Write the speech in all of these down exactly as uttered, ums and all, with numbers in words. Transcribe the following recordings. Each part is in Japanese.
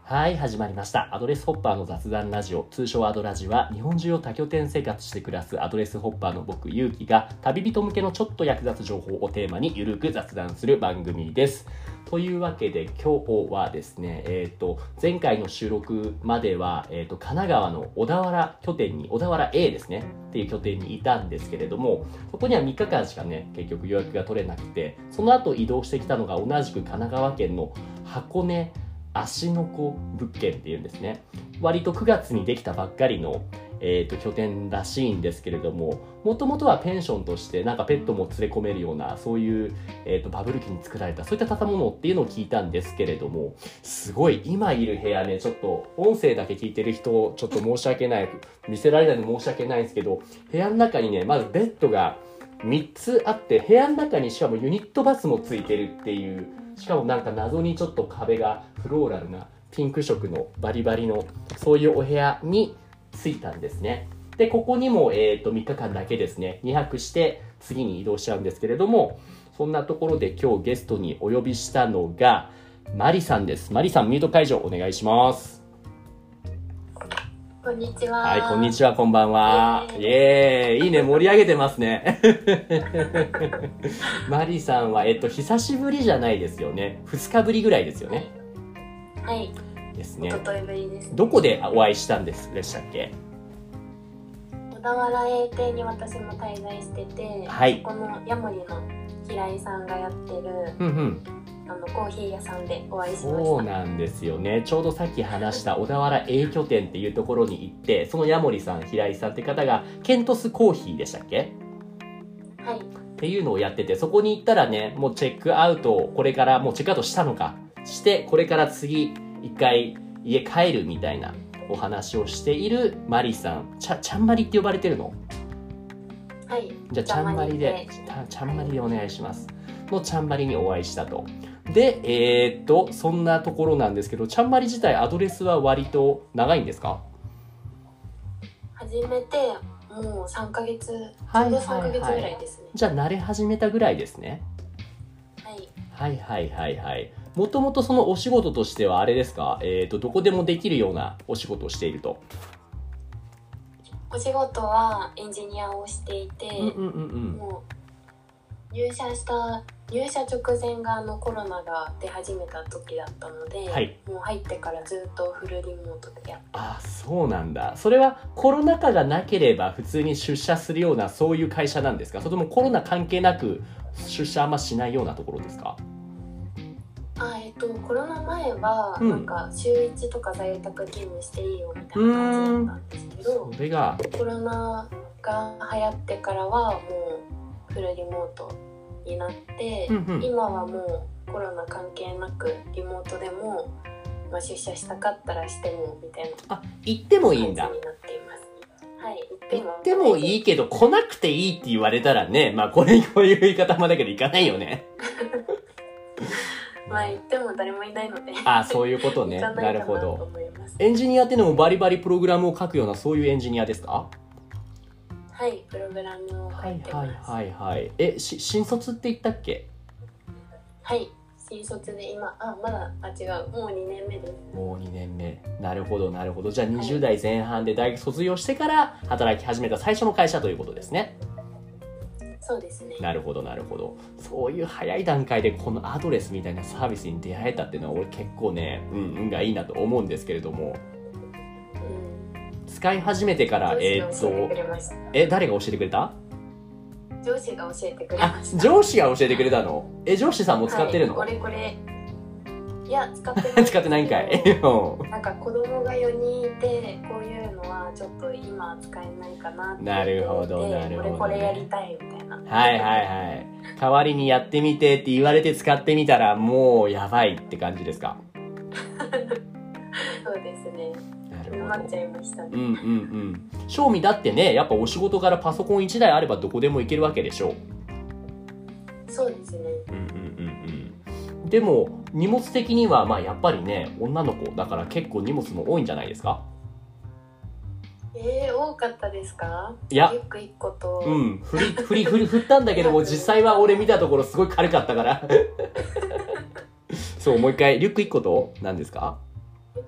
はい、始まりました。アドレスホッパーの雑談ラジオ、通称アドラジは、日本中を多拠点生活して暮らすアドレスホッパーの僕、ゆうきが、旅人向けのちょっと役立つ情報をテーマにゆるく雑談する番組です。というわけで、今日はですね、えっと、前回の収録までは、えっと、神奈川の小田原拠点に、小田原 A ですね、っていう拠点にいたんですけれども、そこにはみっかかんしかね、結局予約が取れなくて、その後移動してきたのが同じく神奈川県の箱根芦ノ湖物件っていうんですね。割とくがつにできたばっかりの、えー、と拠点らしいんですけれども、もともとはペンションとしてなんかペットも連れ込めるようなそういう、えー、とバブル期に作られたそういった建物っていうのを聞いたんですけれども、すごい今いる部屋ね、ちょっと音声だけ聞いてる人ちょっと申し訳ない、見せられないの申し訳ないんですけど、部屋の中にね、まずベッドがみっつあって、部屋の中にしかもユニットバスもついてるっていう、しかもなんか謎にちょっと壁がフローラルなピンク色のバリバリのそういうお部屋に着いたんですね。で、ここにも、えーとみっかかんだけですね、にはくして次に移動しちゃうんですけれども、そんなところで今日ゲストにお呼びしたのがマリさんです。マリさん、ミュート解除お願いします。 こんにちは。 はい、こんにちは、こんばんは。イエーイ、いいね、盛り上げてますね。マリさんは、えっと、久しぶりじゃないですよね。ふつかぶりぐらいですよね。 はい。 ですね。 おとといぶりです。 どこでお会いしたんですでしたっけ？ 小田原 A 邸に私も滞在してて、 はい、 このヤモリの平井さんがやってる、 うんうん、 あのコーヒー屋さんでお会いしました。 そうなんですよね。ちょうどさっき話した小田原 A 拠点っていうところに行って、そのヤモリさん、平井さんって方がケントスコーヒーでしたっけ？ はい。 っていうのをやってて、そこに行ったらね、もうチェックアウト、これからもうチェックアウトしたのかして、これから次一回家帰るみたいなお話をしているマリさん。ちゃ、ちゃんまりって呼ばれてるの？ はい。 じゃあちゃんまりで、ちゃんまりでお願いします。のちゃんまりにお会いしたと。で、えー、っと、そんなところなんですけど、ちゃんまり自体アドレスは割と長いんですか？ 始めてもうさんかげつ、ちはいはいはい、 ょうどさんかげつぐらいですね。 じゃあ慣れ始めたぐらいですね。 はい。 はいはいはいはい。もともとそのお仕事としてはあれですか、えー、とどこでもできるようなお仕事をしていると？ お仕事はエンジニアをしていて、 うんうんうんうん、 もう入社した入社直前があのコロナが出始めた時だったので、はい、もう入ってからずっとフルリモートでやって。 あ、そうなんだ。それはコロナ禍がなければ普通に出社するようなそういう会社なんですか？それともコロナ関係なく出社あんましないようなところですか？ あ、えっと、コロナ前はなんか週いちとか在宅勤務していいよみたいな感じだったんですけど、 それがコロナが流行ってからはもうフルリモートになって、うんうん、今はもうコロナ関係なくリモートでも、まあ、出社したかったらしてもみたいな。 あ、行ってもいいんだ。 感じになっています。はい、行っても行ってもいいけど来なくていいって言われたらね、まあこれこういう言い方もだけど行かないよね。 まあ言っても誰もいないので。 あ、そういうことね。な, なるほど。エンジニアっていうのもバリバリプログラムを書くようなそういうエンジニアですか？ はい、プログラムを書いてます。 はいはいはいはい。え、し新卒って言ったっけ？ はい、新卒で今、あ、まだ、あ、違う、もうにねんめです。 もうにねんめ。なるほどなるほど。じゃあにじゅう代前半で大学卒業してから働き始めた最初の会社ということですね。 そうですね。 なるほどなるほど。そういう早い段階でこのアドレスみたいなサービスに出会えたっていうのは俺結構ね、うん、運がいいなと思うんですけれども、うん、使い始めてからえー、っとえ誰が教えてくれた？ 上司が教えてくれました。 あ、上司が教えてくれたの？え、上司さんも使ってるの？ はい、これこれいや使ってない使ってないんかい。 なんか子供がよにんいてこういうのはちょっと今使えないかなって。 なるほどなるほど、ね、 これこれやりたいみたいな。 はいはいはい。代わりにやってみてって言われて使ってみたらもうやばいって感じですか？ そうですね。 なるほど。 なっちゃいましたね。 うんうんうん。正味だってね、やっぱお仕事からパソコンいちだいあればどこでも行けるわけでしょう。そうですね。 うんうんうんうん。でも荷物的にはまあやっぱりね、女の子だから結構荷物も多いんじゃないですか？ えー、多かったですか？ いや、 リュックいっこと、 うん、振り振り振り振ったんだけども実際は俺見たところすごい軽かったからそう、もう一回リュックいっこと何ですか？ リュックいっ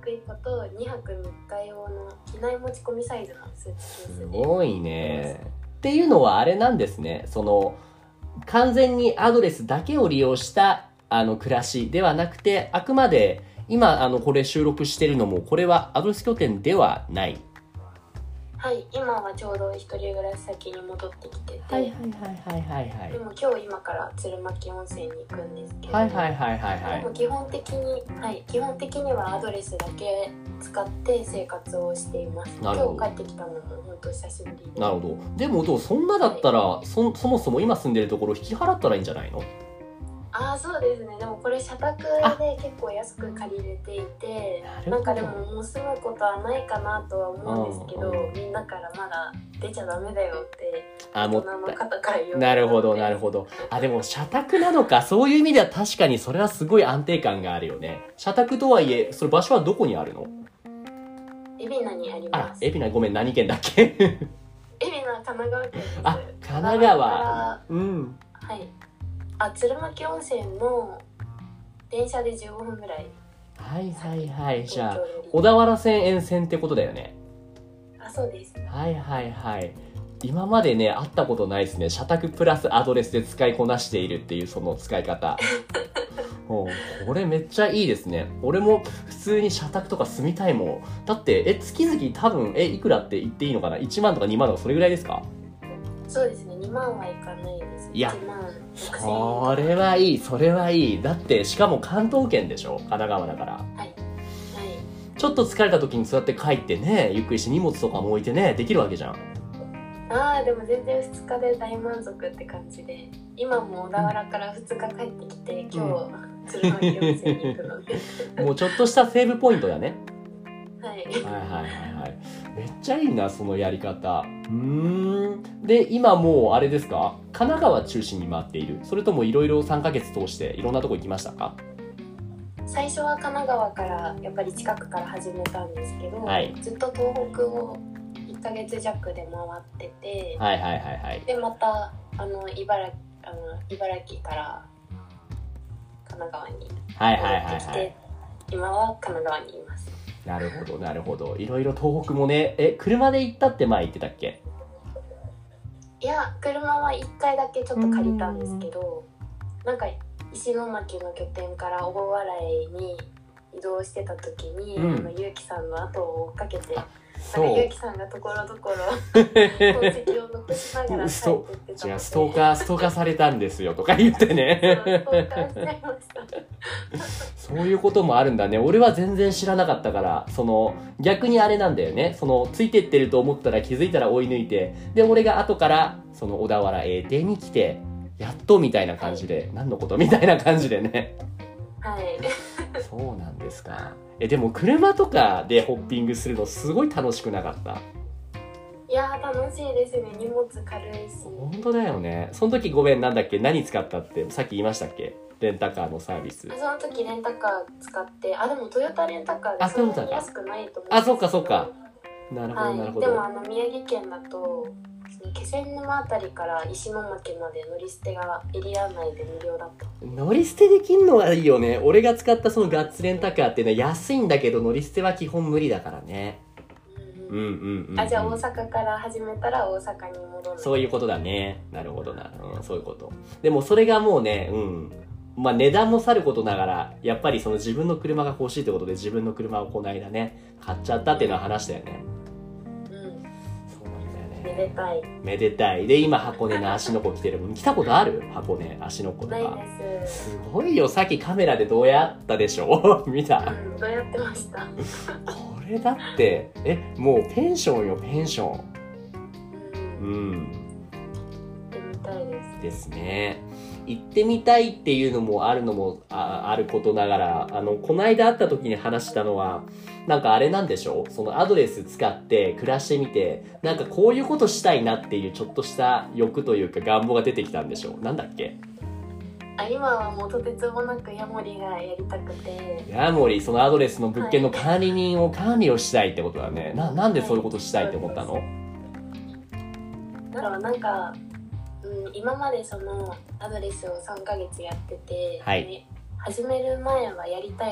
とにはくみっか用の機内持ち込みサイズのスーツケースで。 すごいね。っていうのはあれなんですね、その完全にアドレスだけを利用したあの暮らしではなくて、あくまで今あのこれ収録してるのもこれはアドレス拠点ではない。 はい、今はちょうど一人暮らし先に戻ってきてて、 はいはいはいはいはいはい。 でも今日今から鶴巻温泉に行くんですけど、 はいはいはいはいはい。 でも基本的に、はい、基本的にはアドレスだけ使って生活をしています。今日帰ってきたのも本当久しぶりで。 なるほど。でもどうそんなだったら、はい、そ, そもそも今住んでるところ引き払ったらいいんじゃないの？ ああそうですね。でもこれ社宅で結構安く借りれていて、な, なんかでももう住むことはないかなとは思うんですけど、うんうん、みんなからまだ出ちゃダメだよって大人の方から言われて。 なるほどなるほど。あでも社宅なのか、そういう意味では確かにそれはすごい安定感があるよね。社宅とはいえそれ場所はどこにあるの？ 海老名にあります。 あ海老名ごめん何県だっけ？ 海老名神奈川県です。 あ神奈川。うんはい。あ鶴巻温泉の電車でじゅうごふんぐらい。 はいはいはい。じゃあ小田原線沿線ってことだよね。 あそうです。 はいはいはい。今までね会ったことないですね。社宅プラスアドレスで使いこなしているっていうその使い方。これめっちゃいいですね。俺も普通に社宅とか住みたいもん。だってえ月々多分えいくらって言っていいのかな。いちまんとかにまんとかそれぐらいですか？ そうですね。にまんはいかないです。 いやそれはいいそれはいい。だってしかも関東圏でしょ、神奈川だから。はい、はい、ちょっと疲れた時にそうやって帰ってね、ゆっくりして荷物とかも置いてねできるわけじゃん。 あーでも全然ふつかで大満足って感じで、今も小田原からふつか帰ってきて、今日、うん鶴巻温泉に行くのでもうちょっとしたセーブポイントだね。 はい、 はいはいはいはいめっちゃいいなそのやり方。うーんで今もうあれですか、神奈川中心に回っている、それともいろいろさんかげつ通していろんなとこ行きましたか？ 最初は神奈川からやっぱり近くから始めたんですけど、はい、ずっと東北をいっかげつじゃくで回ってて、 はいはいはいはい。 でまたあの茨城あの茨城から神奈川に戻ってきて、はいはいはいはい、今は神奈川にいます。 なるほどなるほど。いろいろ東北もね、え車で行ったって前言ってたっけ？ いや車はいっかいだけちょっと借りたんですけど、なんか石巻の拠点から大洗に移動してた時に、うん、あのゆうきさんの後を追っかけて、なんかゆうきさんがところどころ痕跡を残しながら帰ってってたので、違うストーカーストーカーされたんですよとか言ってねストーカーしちゃいましたそういうこともあるんだね。俺は全然知らなかったから、その逆にあれなんだよね、そのついてってると思ったら気づいたら追い抜いて、で俺が後からその小田原英帝に来てやっとみたいな感じで、はい、何のことみたいな感じでねはいそうなんですか。えでも車とかでホッピングするのすごい楽しくなかった？ いやー楽しいですね。荷物軽いし。 本当だよね。その時ごめんなんだっけ、何使ったってさっき言いましたっけ？レンタカーのサービス。 その時レンタカー使って、あでもトヨタレンタカーでそんなに安くないと思う。 あ、そうかそうか。なるほど、はい、なるほど。 でもあの宮城県だと気仙沼あたりから石巻まで乗り捨てがエリア内で無料だった。 乗り捨てできんのはいいよね。俺が使ったそのガッツレンタカーってね安いんだけど乗り捨ては基本無理だからね。うんうんうん、うん、 あじゃあ大阪から始めたら大阪に戻る。 そういうことだね。なるほどな、うん、そういうこと。でもそれがもうね、うんまあ値段もさることながらやっぱりその自分の車が欲しいってことで自分の車をこの間ね買っちゃったっていうのは話したよね。うん、そうなんだよね。 めでたい。 めでたい。で今箱根の芦ノ湖来てるもん。来たことある？箱根芦ノ湖とか。 ないです。 すごいよ。さっきカメラでどうやったでしょ見た、 うん、どうやってましたこれだってえもうペンションよペンション。うん、うん、 行ってみたいですですね。行ってみたいっていうのもあるのも あ, あることながら、あのこの間会った時に話したのはなんかあれなんでしょう、そのアドレス使って暮らしてみてなんかこういうことしたいなっていうちょっとした欲というか願望が出てきたんでしょう。なんだっけ？ あ今はもうとてつもなくヤモリがやりたくて、 ヤモリそのアドレスの物件の管理人を管理をしたいってことだね、はい、な, なんでそういうことしたいって思ったの？ だからなんかうん、今までそのアドレスをさんかげつやってて、はい、始める前はやりたいことと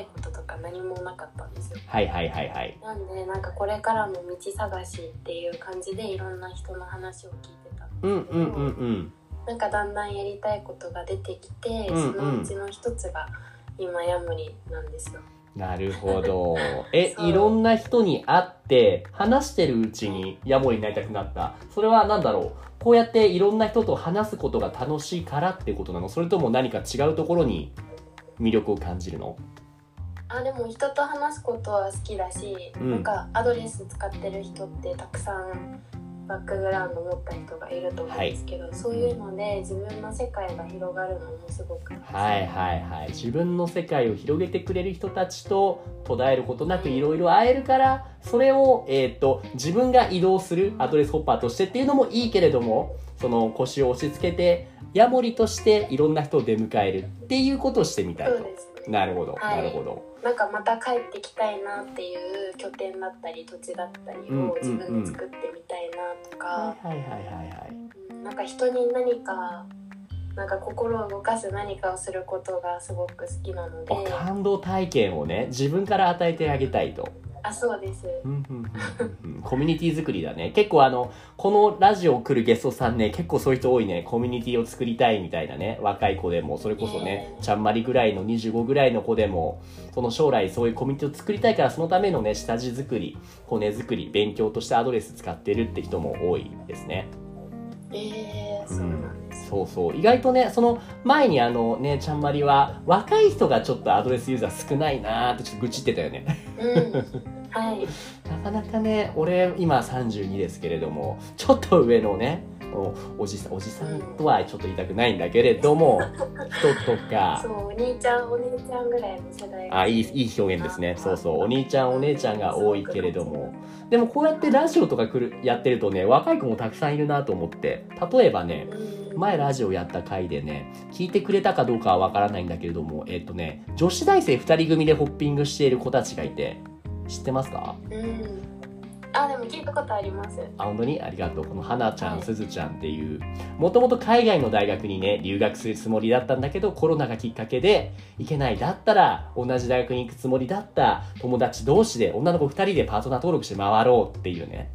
か何もなかったんですよ。 はいはいはいはい。 なんでなんかこれからの道探しっていう感じでいろんな人の話を聞いてたんですけど、 うんうんうんうん、 なんかだんだんやりたいことが出てきて、うんうん、そのうちの一つが今ヤモリなんですよ。 なるほど。え、いろんな人に会って話してるうちにヤモリになりたくなった。それは何だろう。こうやっていろんな人と話すことが楽しいからってことなの？それとも何か違うところに魅力を感じるの？ あ、でも人と話すことは好きだし、うん、なんかアドレス使ってる人ってたくさんバックグラウンド持った人がいると思うんですけど、はい、そういうので自分の世界が広がるのもすごく、 はいはいはい、自分の世界を広げてくれる人たちと途絶えることなくいろいろ会えるから、それを、えーと、自分が移動するアドレスホッパーとしてっていうのもいいけれども、その腰を押し付けてヤモリとしていろんな人を出迎えるっていうことをしてみたいと。そうですね、なるほど、はい、なるほど。 なんかまた帰ってきたいなっていう拠点だったり土地だったりを自分で作ってみたいなとか、なんか人に何かなんか心を動かす何かをすることがすごく好きなので、 感動体験をね自分から与えてあげたいと。 あ、そうです。 コミュニティ作りだね。結構あのこのラジオを来るゲストさんね、結構そういう人多いね。コミュニティを作りたいみたいなね、若い子でもそれこそね、えー、ちゃんまりぐらいのにじゅうごぐらいの子でも、その将来そういうコミュニティを作りたいから、そのためのね下地作り、骨作り、勉強としてアドレス使ってるって人も多いですね。 えー、そうなんです、 うん、そうそう、意外とね、その前にあのねちゃんまりは若い人がちょっとアドレスユーザー少ないなーってちょっと愚痴ってたよね。 うんはい、 なかなかね、俺今さんじゅうにですけれども、ちょっと上のね お, おじさんおじさんとはちょっと言いたくないんだけれども、人とか、 そうお兄ちゃんお姉ちゃんぐらいの世代が、 あ、いいいい表現ですね。そうそう、お兄ちゃんお姉ちゃんが多いけれども、でもこうやってラジオとか来るやってるとね、若い子もたくさんいるなと思って、例えばね、前ラジオやった回でね、聞いてくれたかどうかはわからないんだけれども、えっとね、女子大生ふたり組でホッピングしている子たちがいて、知ってますか？ うん。あ、でも聞いたことあります。 あ、本当にありがとう。この花ちゃん、はい、すずちゃんっていう、もともと海外の大学にね留学するつもりだったんだけど、コロナがきっかけで行けない。だったら同じ大学に行くつもりだった友達同士で、女の子ふたりでパートナー登録して回ろうっていうね。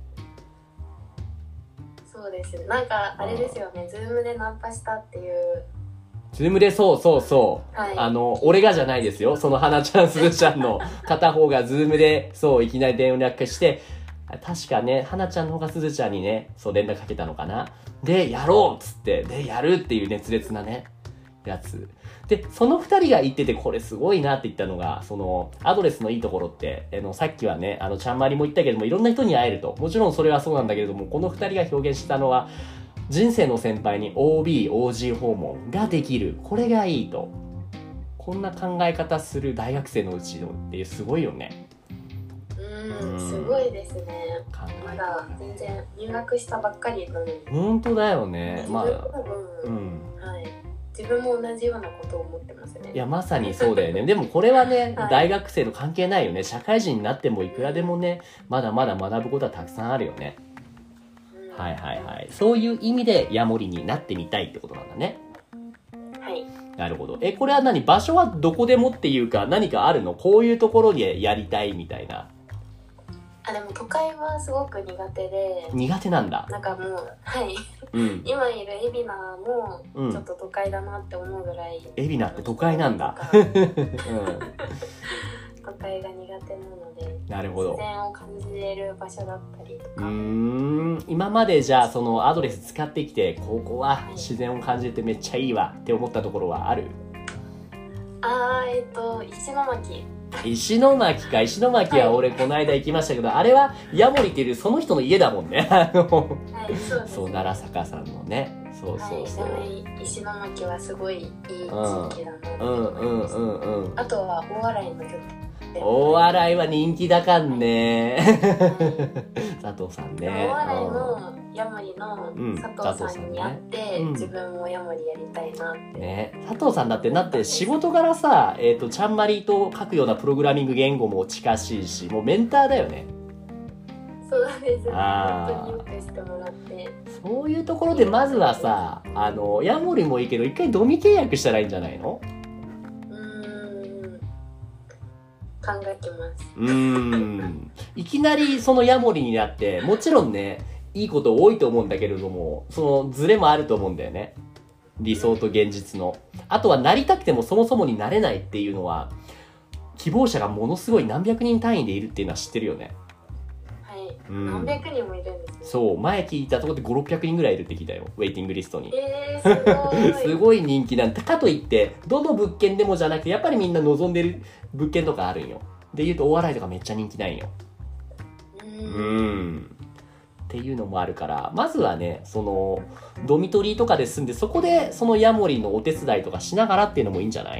そうです。なんかあれですよね、ズームでナンパしたっていう。 ズームで、そうそうそう、はい、あの俺がじゃないですよ、その花ちゃんすずちゃんの片方がズームでそういきなり電話して、確かね花ちゃんの方がすずちゃんにねそう連絡かけたのかな、でやろうっつってでやるっていう熱烈なねやつで、そのふたりが言ってて、これすごいなって言ったのが、そのアドレスのいいところって、あのさっきはねあのちゃんまりも言ったけども、いろんな人に会えると、もちろんそれはそうなんだけれども、このふたりが表現したのは人生の先輩に オービー、オージー 訪問ができる。これがいいと。こんな考え方する大学生のうちのってすごいよね。 うん、すごいですね。まだ全然入学したばっかりなのに。 本当だよね。まあ、 うん、はい。自分も同じようなことを思ってますね。 いや、まさにそうだよね。でもこれはね、はい、大学生と関係ないよね。社会人になってもいくらでもね、まだまだ学ぶことはたくさんあるよね。はいはいはい。そういう意味でヤモリになってみたいってことなんだね。 はい。 なるほど。え、これは何？場所はどこでもっていうか何かあるの？こういうところでやりたいみたいな。 あ、でも都会はすごく苦手で。 苦手なんだ。 なんかもう、はい。うん、今いる海老名もちょっと都会だなって思うぐらい。 海老名って都会なんだ。うん。 都会が苦手なので、 なるほど、 自然を感じれる場所だったりとか。 うーん、今までじゃあそのアドレス使ってきて、ここは自然を感じてめっちゃいいわって思ったところはある？ あー、えっと石巻。 石巻か。石巻は俺この間行きましたけど、はい、あれはヤモリっていうその人の家だもんね。あの、 はい、そうです。 そう、奈良坂さんのね。そうそうそう。 はい、石巻はすごいいい地域だなって思います。うんうんうんうん。 あとは大洗の拠点。 大洗は人気だかんね。佐藤さんね。 大洗のヤモリの佐藤さんに会って、うん、自分もヤモリやりたいなって。ね、佐藤さんだってなって仕事柄さ、えっとちゃんまりと書くようなプログラミング言語も近しいし、もうメンターだよね。そうです。本当によくしてもらって。そういうところでまずはさ、あのヤモリもいいけど一回ドミ契約したらいいんじゃないの？ えてます。 うーんいきなりそのヤモリになって、もちろんねいいこと多いと思うんだけれども、そのズレもあると思うんだよね、理想と現実の。あとはなりたくてもそもそもになれないっていうのは、希望者がものすごい何百人単位でいるっていうのは知ってるよね。 はい、うん、何百人もいるんですね。 そう前聞いたところでごひゃくろっぴゃくにんぐらいいるって聞いたよ、ウェイティングリストに。 えー、すごいすごい人気なんだ。かといってどの物件でもじゃなくて、やっぱりみんな望んでる物件とかあるんよ。で言うとお笑いとかめっちゃ人気ないんよ。うーんっていうのもあるから、まずはねそのドミトリーとかで住んで、そこでそのヤモリのお手伝いとかしながらっていうのもいいんじゃない？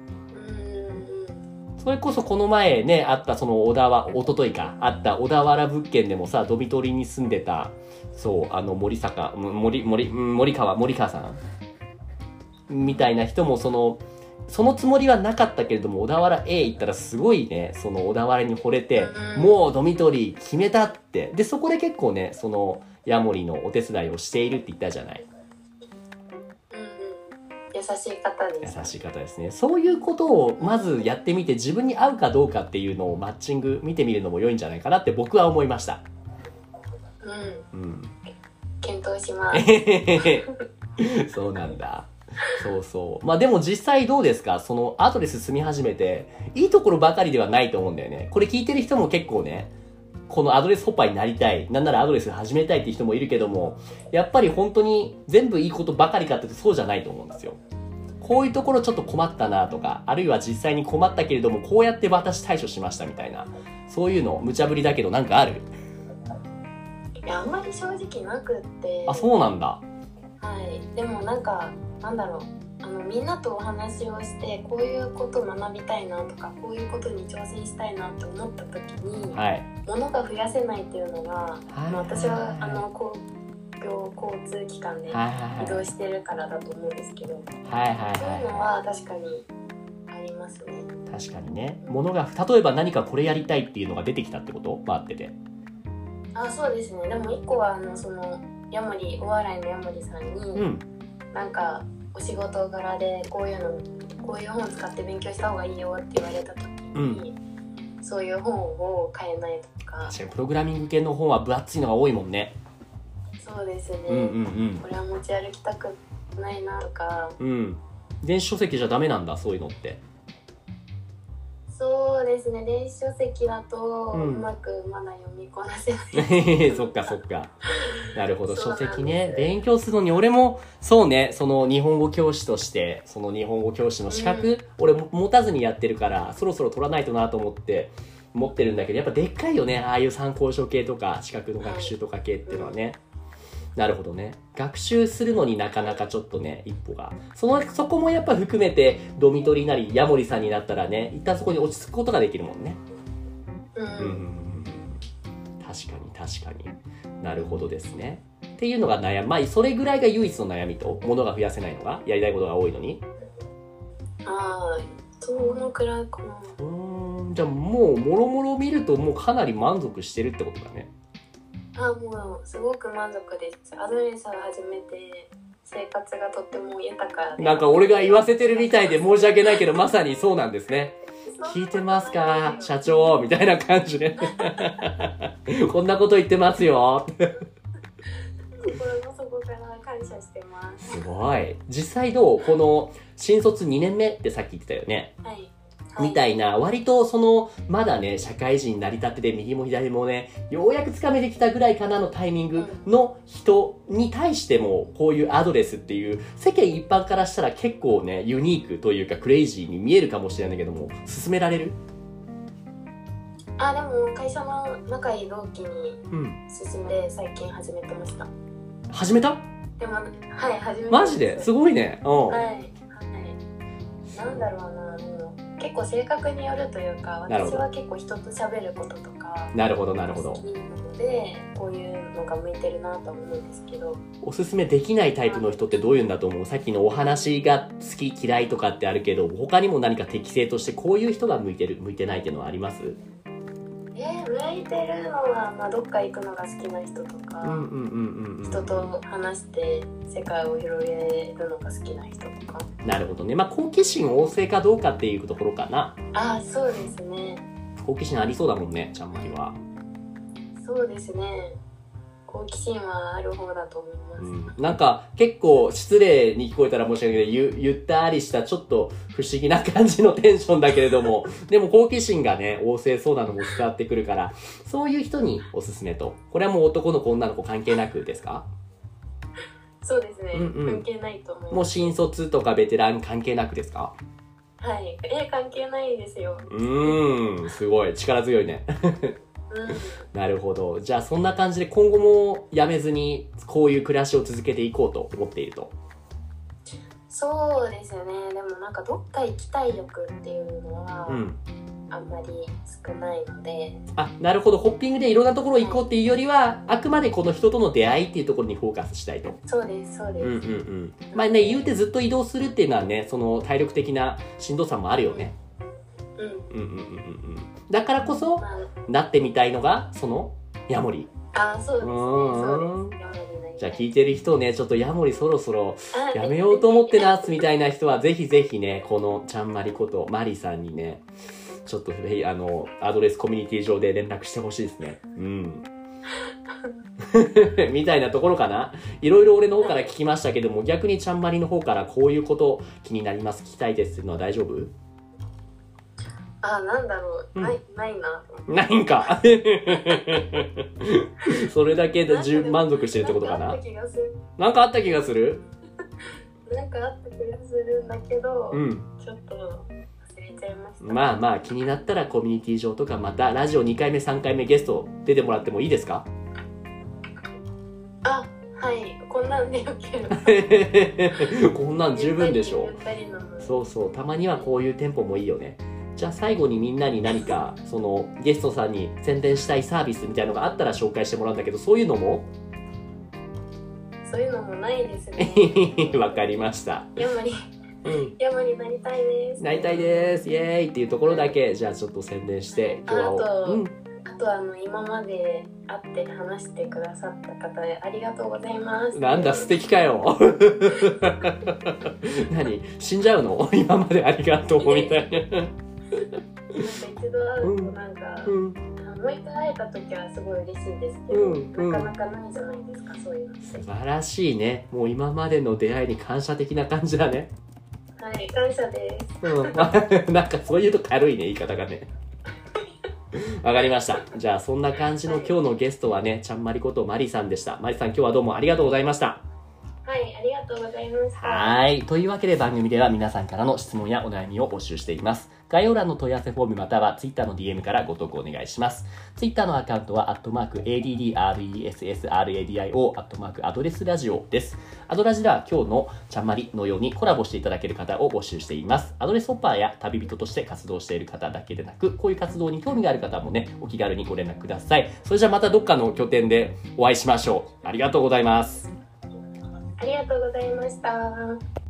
それこそこの前ねあったその小田原、一昨日かあった小田原物件でもさ、ドミトリーに住んでた、そうあの森坂森森森川森川さんみたいな人も、そのそのつもりはなかったけれども、小田原 A 行ったらすごいね、その小田原に惚れて、もうドミトリー決めたって。でそこで結構ねそのヤモリのお手伝いをしているって言ったじゃない。 優しい方です。 優しい方ですね。そういうことをまずやってみて、自分に合うかどうかっていうのをマッチング見てみるのも良いんじゃないかなって僕は思いました。 うん、うん、検討しますそうなんだ。そうそう。まあでも実際どうですか、そのアドレス住み始めて、いいところばかりではないと思うんだよね。これ聞いてる人も結構ね、このアドレスホッパーになりたい、なんならアドレス始めたいっていう人もいるけども、やっぱり本当に全部いいことばかりかって言うとそうじゃないと思うんですよ。こういうところちょっと困ったなとか、あるいは実際に困ったけれどもこうやって私対処しましたみたいな、そういうの無茶ぶりだけどなんかある？ いやあんまり正直なくって。 あ、そうなんだ。 はい、でもなんかなんだろう、あのみんなとお話をしてこういうことを学びたいなとか、こういうことに挑戦したいなって思った時に、はい、物が増やせないっていうのが、はい、私はあの公共交通機関で移動してるからだと思うんですけど、はいはいはい、そういうのは確かにありますね。 確かにね、物が例えば何かこれやりたいっていうのが出てきたってこと？回ってて。 あ、そうですね。でも一個はあのそのヤモリお笑いのヤモリさんに、うん、なんかお仕事柄でこういうのこういう本使って勉強した方がいいよって言われた時に、うん、そういう本を買えないとか。 確かにプログラミング系の本は分厚いのが多いもんね。 そうですね、 うんうんうん、 これは持ち歩きたくないなとか、 うん、電子書籍じゃダメなんだ、そういうのって。 そうですね、電子書籍だとうまくまだ読みこなせない、 うん、そっかそっか、なるほど。書籍ね、勉強するのに俺もそうね、その日本語教師としてその日本語教師の資格、うん、俺も持たずにやってるからそろそろ取らないとなと思って持ってるんだけど、やっぱでっかいよね、ああいう参考書系とか資格の学習とか系っていうのはね、はい、うん、なるほどね。学習するのになかなかちょっとね一歩が、そのそこもやっぱ含めてドミトリーなりヤモリさんになったらね、一旦そこに落ち着くことができるもんね。うん、うん、確かに確かに、なるほどですね。っていうのが悩み、まあそれぐらいが唯一の悩みと、物が増やせないのが、やりたいことが多いのに。 ああ、そのくらいかな。 うーん、じゃあもうもろもろ見るともうかなり満足してるってことだね。 あ、もうすごく満足です。アドレスを始めて生活がとっても豊かで、 なんか俺が言わせてるみたいで申し訳ないけどまさにそうなんですね。聞いてますか社長みたいな感じでこんなこと言ってますよ心の底から感謝してます。 すごい。実際どう？この新卒にねんめってさっき言ってたよね。はい。みたいな、割とそのまだね社会人になりたてで右も左もねようやくつかめてきたぐらいかなのタイミングの人に対しても、こういうアドレスっていう世間一般からしたら結構ねユニークというかクレイジーに見えるかもしれないけども、勧められる？ あ、でも会社の仲いい同期に勧めて最近始めてました。 始めた？ でもはい、始めた。 マジですごいね。うん、 はい、はい、なんだろうな、結構性格によるというか、私は結構人と喋ることとかなるほどなるほど好きなので、こういうのが向いてるなと思うんですけど。 おすすめできないタイプの人ってどういうんだと思う？さっきのお話が好き嫌いとかってあるけど、他にも何か適性としてこういう人が向いてる向いてないっていうのはあります？ えー、 向いてるのは、まあ、どっか行くのが好きな人とか、人と話して世界を広げるのが好きな人とか。 なるほどね。まあ好奇心旺盛かどうかっていうところかな。 ああ、そうですね。 好奇心ありそうだもんね、ちゃんまりは。 そうですね。好奇心はある方だと思います、 うん、なんか結構失礼に聞こえたら申し訳ないゆゆったりしたちょっと不思議な感じのテンションだけれどもでも好奇心がね旺盛そうなのも伝わってくるからそういう人におすすめと。これはもう男の子女の子関係なくですか？ そうですね、 うんうん、 関係ないと思います。 もう新卒とかベテラン関係なくですか？ はい、え関係ないですよ。 うーん、すごい力強いねうん、なるほど。じゃあそんな感じで今後もやめずにこういう暮らしを続けていこうと思っていると。 そうですよね。でもなんかどっか行きたい欲っていうのは、うん、あんまり少ないので。 あ、なるほど。ホッピングでいろんなところ行こうっていうよりは、はい、あくまでこの人との出会いっていうところにフォーカスしたいと。 そうですそうです。うんうんうん。 まあね、言うてずっと移動するっていうのはね、その体力的なしんどさもあるよね。うんうんうんうんうん。だからこそ、まあ、なってみたいのがそのヤモリ。 あ、そうですね。そうです。ヤモリ。 じゃあ聞いてる人ね、ちょっとヤモリそろそろやめようと思ってなみたいな人はぜひぜひね、このちゃんまりことマリさんにね、ちょっとぜひあのアドレスコミュニティ上で連絡してほしいですね。うんみたいなところかな。いろいろ俺の方から聞きましたけども、逆にちゃんまりの方からこういうこと気になります、聞きたいですっていうのは大丈夫？ あ、なんだろう、うん、ない、ないな。 ないんかそれだけで十満足してるってことかな。なんかあった気がする。 なんかあった気がするんだけど、うん、ちょっと忘れちゃいました。 まあまあ気になったらコミュニティ上とかまたラジオにかいめさんかいめゲスト出てもらってもいいですか？ あ、はい、こんなんでよければこんなん十分でしょ。そうそう、たまにはこういうテンポもいいよね。じゃあ最後にみんなに何かそのゲストさんに宣伝したいサービスみたいなのがあったら紹介してもらうんだけど、そういうのもそういうのもないですね。 わかりました。 ヤモリ、うん、ヤモリなりたいです。 なりたいです。イエーイっていうところだけじゃあちょっと宣伝して今日は。あと、うん、あとあの今まで会って話してくださった方でありがとうございます。 なんだ素敵かよ。何死んじゃうの？今までありがとうみたいな。 なんか一度会うとなんか、うん、もう一回会えた時はすごい嬉しいですけど、うんうん、なかなかないじゃないですか、そういうのって。 素晴らしいね。もう今までの出会いに感謝的な感じだね。 はい、感謝です。 うん、なんかそういうと軽いね、言い方がね。わかりました。じゃあそんな感じの今日のゲストはね、ちゃんまりことマリさんでした。マリさん今日はどうもありがとうございました。 はい、ありがとうございました。 はい。というわけで番組では皆さんからの質問やお悩みを募集しています。概要欄の問い合わせフォームまたは Twitter の ディーエム からご投稿お願いします。Twitter のアカウントは、アットマーク エーディーディーアールイーエスエスアールエーディーアイオー、アットマークアドレスラジオです。アドラジでは今日のちゃんまりのようにコラボしていただける方を募集しています。アドレスホッパーや旅人として活動している方だけでなく、こういう活動に興味がある方もね、お気軽にご連絡ください。それじゃあまたどっかの拠点でお会いしましょう。ありがとうございます。 ありがとうございました。